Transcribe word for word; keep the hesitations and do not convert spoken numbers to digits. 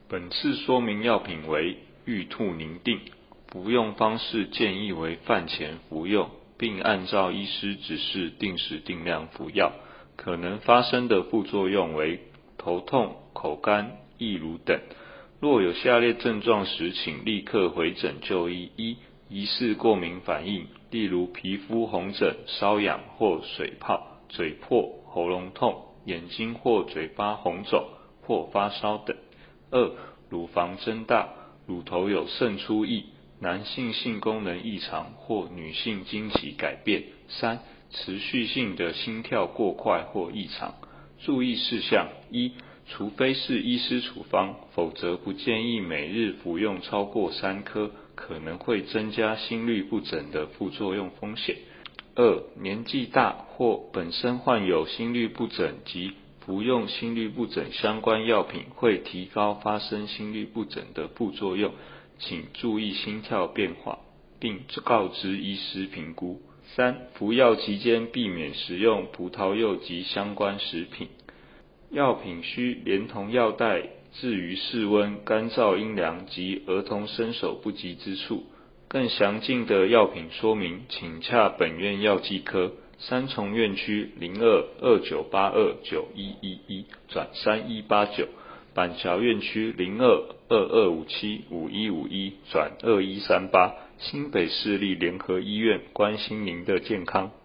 本次说明药品为玉兔宁定，服用方式建议为饭前服用，并按照医师指示定时定量服药。可能发生的副作用为头痛、口干、易乳等。若有下列症状时，请立刻回诊就医：一、疑似过敏反应，例如皮肤红疹、瘙痒或水泡、嘴破、喉咙痛、眼睛或嘴巴红肿或发烧等；二、乳房增大，乳头有渗出液，男性性功能异常或女性经期改变；三、持续性的心跳过快或异常。注意事项：一、除非是医师处方，否则不建议每日服用超过三颗，可能会增加心律不整的副作用风险。二、年纪大或本身患有心律不整及服用心律不整相关药品会提高发生心律不整的副作用，请注意心跳变化，并告知医师评估。三、服药期间避免食用葡萄柚及相关食品。药品需连同药袋置于室温、干燥、阴凉及儿童伸手不及之处。更详尽的药品说明，请洽本院药剂科，三重院区零二二九八二九一一一转三一八九，板桥院区零二二二五七五一五一转二一三八。新北市立联合医院，关心您的健康。